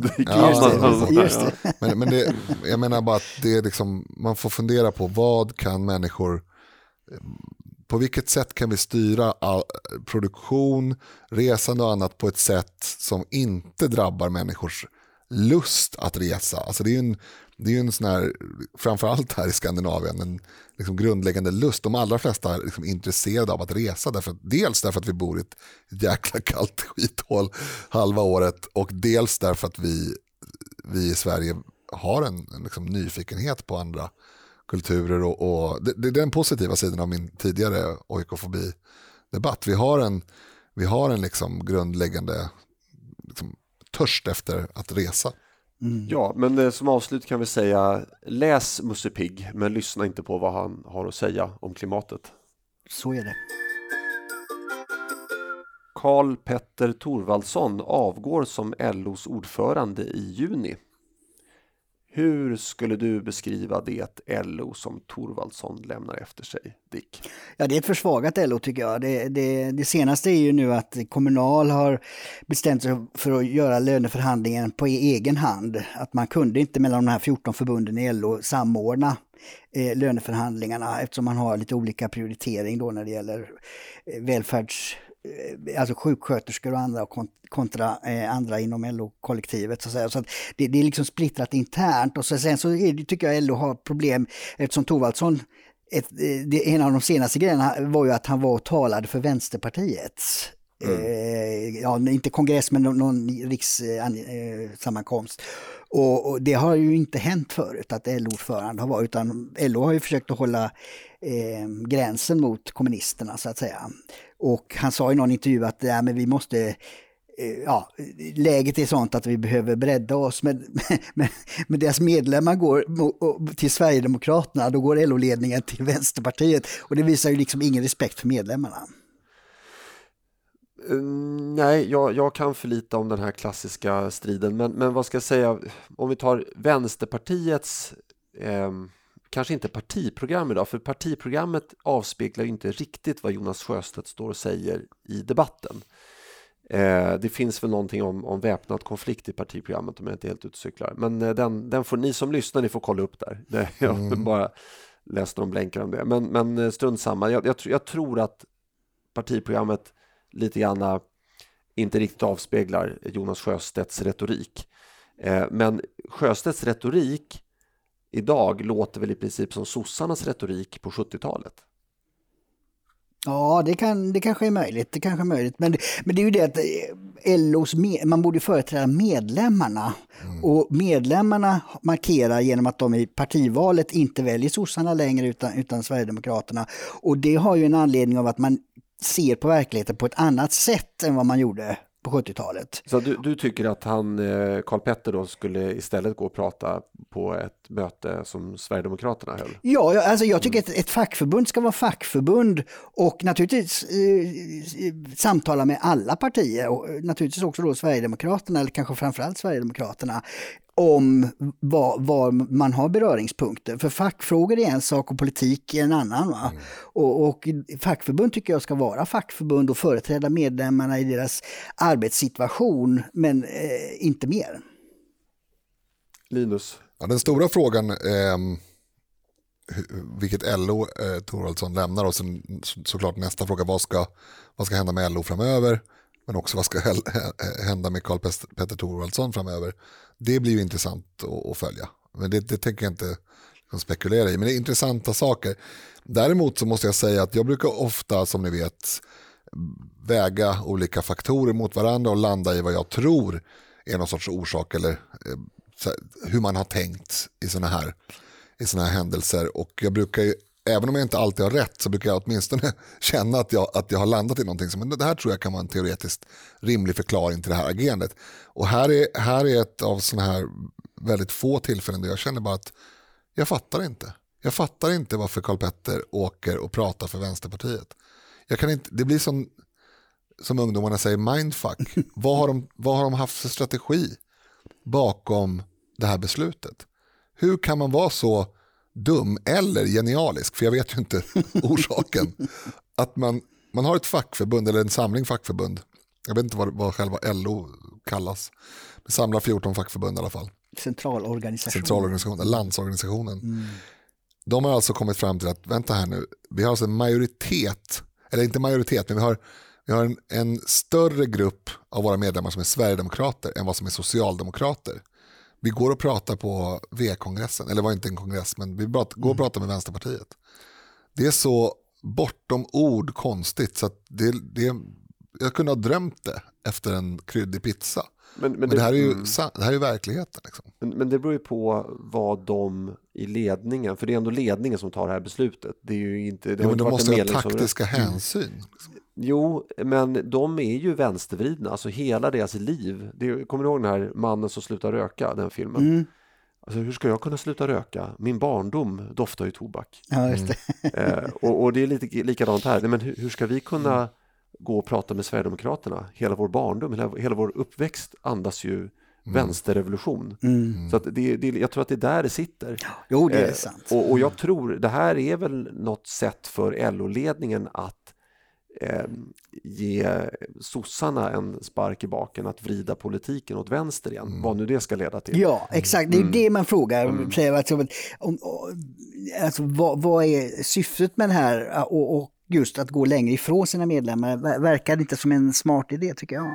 S3: Men det, jag menar bara att det är liksom, man får fundera på vad kan människor, på vilket sätt kan vi styra produktion, resande och annat på ett sätt som inte drabbar människors lust att resa. Alltså det är ju en sån här, framförallt här i Skandinavien, en liksom grundläggande lust. De allra flesta är liksom intresserade av att resa, dels därför att vi bor i ett jäkla kallt skithål halva året, och dels därför att vi i Sverige har en liksom nyfikenhet på andra kulturer, och det är den positiva sidan av min tidigare oikofobi-debatt. Vi har en liksom grundläggande liksom törst efter att resa.
S1: Ja, men som avslut kan vi säga, läs Musse Pigg, men lyssna inte på vad han har att säga om klimatet.
S2: Så är det.
S1: Karl Petter Thorwaldsson avgår som LOs ordförande i juni. Hur skulle du beskriva det LO som Thorwaldsson lämnar efter sig, Dick?
S2: Ja, det är ett försvagat LO tycker jag. Det senaste är ju nu att Kommunal har bestämt sig för att göra löneförhandlingen på egen hand. Att man kunde inte mellan de här 14 förbunden i LO samordna löneförhandlingarna, eftersom man har lite olika prioritering då när det gäller alltså sjuksköterskor och andra kontra andra inom LO-kollektivet. Så att det är liksom splittrat internt, och sen så tycker jag LO har problem eftersom Thorwaldsson, en av de senaste grejerna var ju att han var och talade för Vänsterpartiets inte kongress men någon rikssammankomst. Och det har ju inte hänt förut att LO-ordförande har varit, utan LO har ju försökt att hålla gränsen mot kommunisterna så att säga. Och han sa i någon intervju att men vi måste, läget är sånt att vi behöver bredda oss, men deras medlemmar går till Sverigedemokraterna, då går LO-ledningen till Vänsterpartiet, och det visar ju liksom ingen respekt för medlemmarna.
S1: Nej, jag kan för lite om den här klassiska striden, men vad ska jag säga, om vi tar Vänsterpartiets kanske inte partiprogram idag, för partiprogrammet avspeglar ju inte riktigt vad Jonas Sjöstedt står och säger i debatten. Det finns väl någonting om väpnad konflikt i partiprogrammet om jag inte helt utcyklar, men den får ni som lyssnar, ni får kolla upp där. Jag bara läste någon blänkar om det, men strunt samma. Jag tror att partiprogrammet lite grann inte riktigt avspeglar Jonas Sjöstedts retorik. Men Sjöstedts retorik idag låter väl i princip som sossarnas retorik på 70-talet.
S2: Ja, det kanske är möjligt. Men det är ju det att man borde företräda medlemmarna. Och medlemmarna markerar genom att de i partivalet inte väljer sossarna längre utan Sverigedemokraterna. Och det har ju en anledning av att man ser på verkligheten på ett annat sätt än vad man gjorde på 70-talet.
S1: Så du tycker att Karl Petter då skulle istället gå och prata på ett möte som Sverigedemokraterna höll?
S2: Ja, alltså jag tycker att ett fackförbund ska vara fackförbund och naturligtvis samtala med alla partier och naturligtvis också då Sverigedemokraterna eller kanske framförallt Sverigedemokraterna om var man har beröringspunkter. För fackfrågor är en sak och politik är en annan. Va? Och fackförbund tycker jag ska vara fackförbund och företräda medlemmarna i deras arbetssituation, men inte mer.
S1: Linus?
S3: Ja, den stora frågan vilket LO Thorwaldsson lämnar och sen såklart nästa fråga, vad ska hända med LO framöver, men också vad ska hända med Karl Petter Thorwaldsson framöver. Det blir ju intressant att följa, men det tänker jag inte spekulera i, men det är intressanta saker. Däremot så måste jag säga att jag brukar ofta, som ni vet, väga olika faktorer mot varandra och landa i vad jag tror är någon sorts orsak eller hur man har tänkt i såna här händelser. Och jag brukar ju, även om jag inte alltid har rätt, så brukar jag åtminstone känna att jag har landat i någonting som, det här tror jag kan vara en teoretiskt rimlig förklaring till det här agerandet. Och här är ett av såna här väldigt få tillfällen där jag känner bara att jag fattar inte varför Karl Petter åker och pratar för Vänsterpartiet. Jag kan inte, det blir som ungdomarna säger, mindfuck. Vad har de haft för strategi bakom det här beslutet? Hur kan man vara så dum eller genialisk, för jag vet ju inte orsaken, att man har ett fackförbund eller en samling fackförbund, jag vet inte vad själva LO kallas, men samlar 14 fackförbund i alla fall. Centralorganisationen, landsorganisationen. De har alltså kommit fram till att, vänta här nu, vi har alltså en majoritet, eller inte majoritet, men vi har en större grupp av våra medlemmar som är Sverigedemokrater än vad som är socialdemokrater. Vi går och pratar på V-kongressen, eller var inte en kongress, men vi går och pratar med Vänsterpartiet. Det är så bortom ord konstigt så att jag kunde ha drömt det efter en kryddig pizza. Men det här är ju verkligheten. Liksom.
S1: Men det beror ju på vad de i ledningen, för det är ändå ledningen som tar det här beslutet. Det är ju inte,
S3: men de måste ha taktiska hänsyn. Liksom.
S1: Jo, men de är ju vänstervridna, alltså hela deras liv. Kommer du ihåg den här mannen som slutar röka, den filmen? Alltså, hur ska jag kunna sluta röka? Min barndom doftar ju tobak.
S2: Ja, just det.
S1: Och det är lite likadant här. Men hur ska vi kunna gå och prata med Sverigedemokraterna? Hela vår barndom, hela vår uppväxt andas ju vänsterrevolution. Så att jag tror att det är där det sitter.
S2: Jo, det är sant.
S1: Och jag tror det här är väl något sätt för LO-ledningen att ge sossarna en spark i baken, att vrida politiken åt vänster igen. Vad nu det ska leda till.
S2: Ja, exakt. Det är det man frågar. Alltså, vad är syftet med det här? Och just att gå längre ifrån sina medlemmar verkar inte som en smart idé, tycker jag.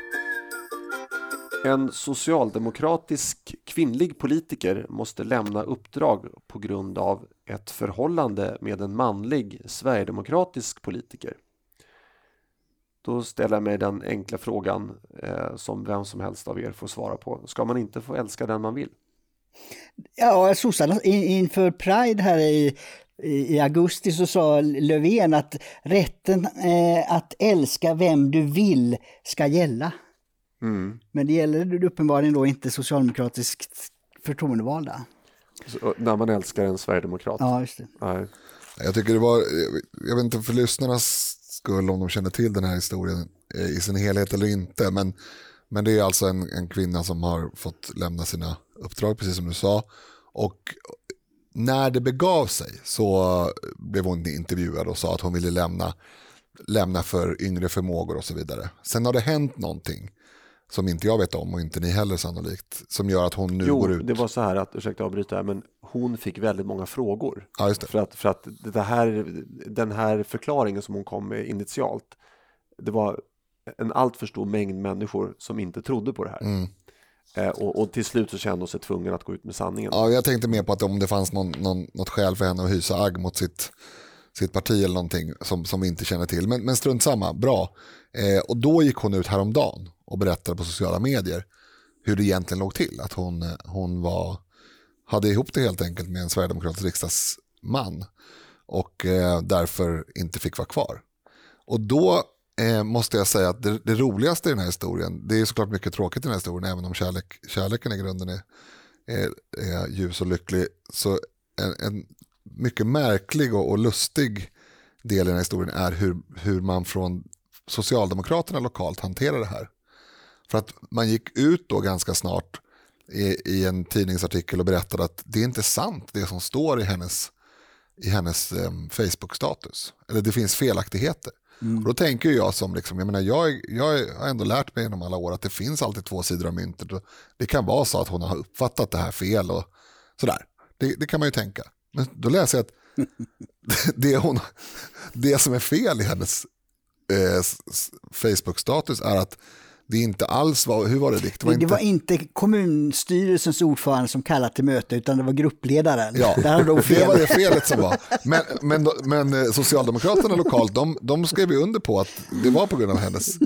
S1: En socialdemokratisk kvinnlig politiker måste lämna uppdrag på grund av ett förhållande med en manlig sverigedemokratisk politiker. Då ställer jag mig den enkla frågan som vem som helst av er får svara på. Ska man inte få älska den man vill?
S2: Ja, sossarna inför Pride här i augusti så sa Löfven att rätten att älska vem du vill ska gälla. Men det gäller uppenbarligen då inte socialdemokratiskt förtroendevalda.
S1: Så, när man älskar en sverigedemokrat.
S2: Ja, just det.
S1: Nej.
S3: Jag tycker det var, jag vet inte för lyssnarnas skull om de känner till den här historien i sin helhet eller inte, men det är alltså en kvinna som har fått lämna sina uppdrag, precis som du sa, och när det begav sig så blev hon intervjuad och sa att hon ville lämna för yngre förmågor och så vidare. Sen har det hänt någonting som inte jag vet om och inte ni heller sannolikt, som gör att hon nu går ut.
S1: Det var så här att, ursäkta avbryta här, men hon fick väldigt många frågor.
S3: Ja, just det.
S1: För att den här förklaringen som hon kom med initialt, det var en allt för stor mängd människor som inte trodde på det här. Och till slut så kände hon sig tvungen att gå ut med sanningen.
S3: Ja, jag tänkte mer på att om det fanns något skäl för henne att hysa agg mot sitt parti eller någonting som vi inte känner till. Men strunt samma, bra. Och då gick hon ut häromdagen och berättade på sociala medier hur det egentligen låg till. Att hon hade ihop det helt enkelt med en sverigedemokratisk riksdagsman och därför inte fick vara kvar. Och då måste jag säga att det roligaste i den här historien, det är såklart mycket tråkigt i den här historien, även om kärleken i grunden är ljus och lycklig, så en mycket märklig och lustig del i den här historien är hur man från Socialdemokraterna lokalt hanterar det här. För att man gick ut då ganska snart i en tidningsartikel och berättade att det är inte sant det som står i hennes Facebook-status. Eller det finns felaktigheter. Och då tänker jag som liksom, jag har ändå lärt mig genom alla år att det finns alltid två sidor av myntet. Det kan vara så att hon har uppfattat det här fel och sådär. Det kan man ju tänka. Men då läser jag att det som är fel i hennes Facebook-status är att det inte alls var, hur var det Dick?
S2: Det var inte kommunstyrelsens ordförande som kallade till möte, utan det var gruppledaren.
S3: Ja, det var det felet som var. Men Socialdemokraterna lokalt, de skrev ju under på att det var på grund av hennes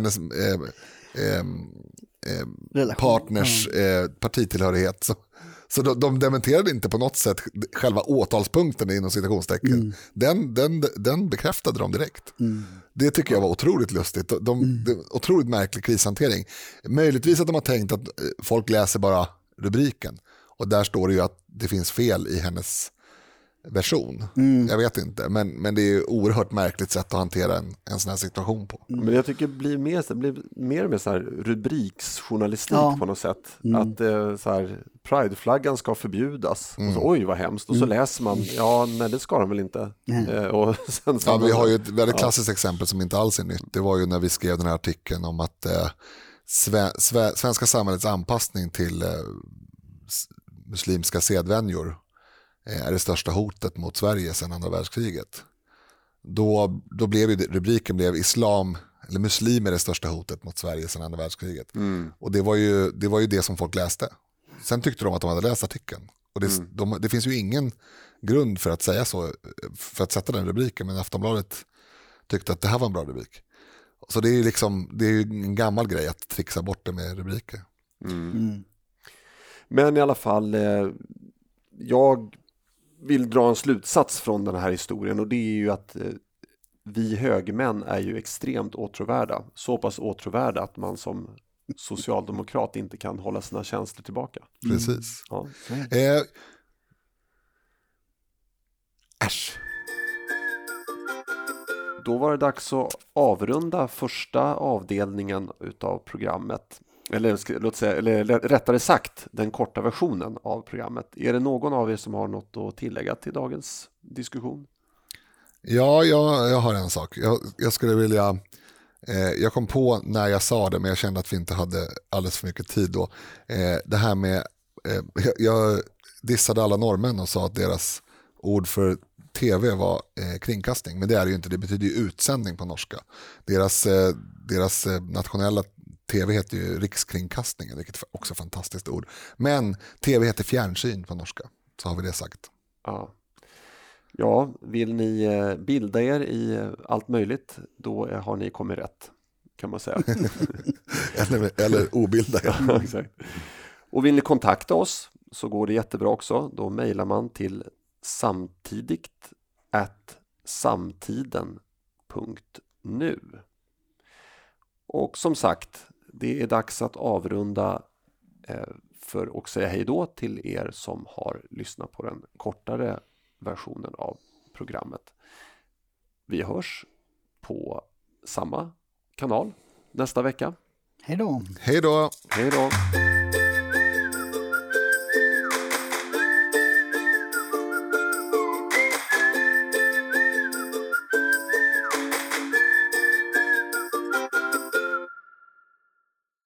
S3: partners partitillhörighet. Så de dementerade inte på något sätt själva åtalspunkten inom citationstecken. Den bekräftade de direkt. Det tycker jag var otroligt lustigt. Otroligt märklig krishantering. Möjligtvis att de har tänkt att folk läser bara rubriken. Och där står det ju att det finns fel i hennes version. Jag vet inte, men det är oerhört märkligt sätt att hantera en sån här situation på.
S1: Men jag tycker det blir mer och mer så här rubriksjournalistik på något sätt. Att så här, Pride-flaggan ska förbjudas. Och så, oj vad hemskt. Och så läser man, nej det ska de väl inte. Och sen så
S3: vi har ju ett väldigt klassiskt exempel som inte alls är nytt. Det var ju när vi skrev den här artikeln om att svenska samhällets anpassning till muslimska sedvänjor är det största hotet mot Sverige sedan andra världskriget. Då blev ju rubriken islam eller muslimer är det största hotet mot Sverige sedan andra världskriget. Och det var ju det som folk läste. Sen tyckte de att de hade läst artikeln. Och det finns ju ingen grund för att säga så, för att sätta den rubriken, men Aftonbladet tyckte att det här var en bra rubrik. Så det är ju en gammal grej att trixa bort det med rubriker.
S1: Men i alla fall, jag vill dra en slutsats från den här historien, och det är ju att vi högermän är ju extremt åtråvärda. Så pass åtråvärda att man som socialdemokrat inte kan hålla sina känslor tillbaka.
S3: Precis.
S1: Ja.
S3: Äsch.
S1: Då var det dags att avrunda första avdelningen utav programmet. Eller rättare sagt, den korta versionen av programmet. Är det någon av er som har något att tillägga till dagens diskussion?
S3: Ja, jag har en sak. Jag skulle vilja... jag kom på när jag sa det, men jag kände att vi inte hade alldeles för mycket tid då. Det här med... jag dissade alla norrmän och sa att deras ord för tv var kringkastning. Men det är det ju inte, det betyder ju utsändning på norska. Deras nationella tv heter ju rikskringkastningen, vilket är också ett fantastiskt ord. Men tv heter fjärnsyn på norska, så har vi det sagt.
S1: Ja, vill ni bilda er i allt möjligt, då har ni kommit rätt, kan man säga.
S3: eller obilda er.
S1: Ja, exakt. Och vill ni kontakta oss så går det jättebra också. Då mejlar man till samtidigt@samtiden.nu. Och som sagt, det är dags att avrunda för att säga hej då till er som har lyssnat på den kortare versionen av programmet. Vi hörs på samma kanal nästa vecka.
S2: Hej då.
S3: Hej då.
S1: Hej då.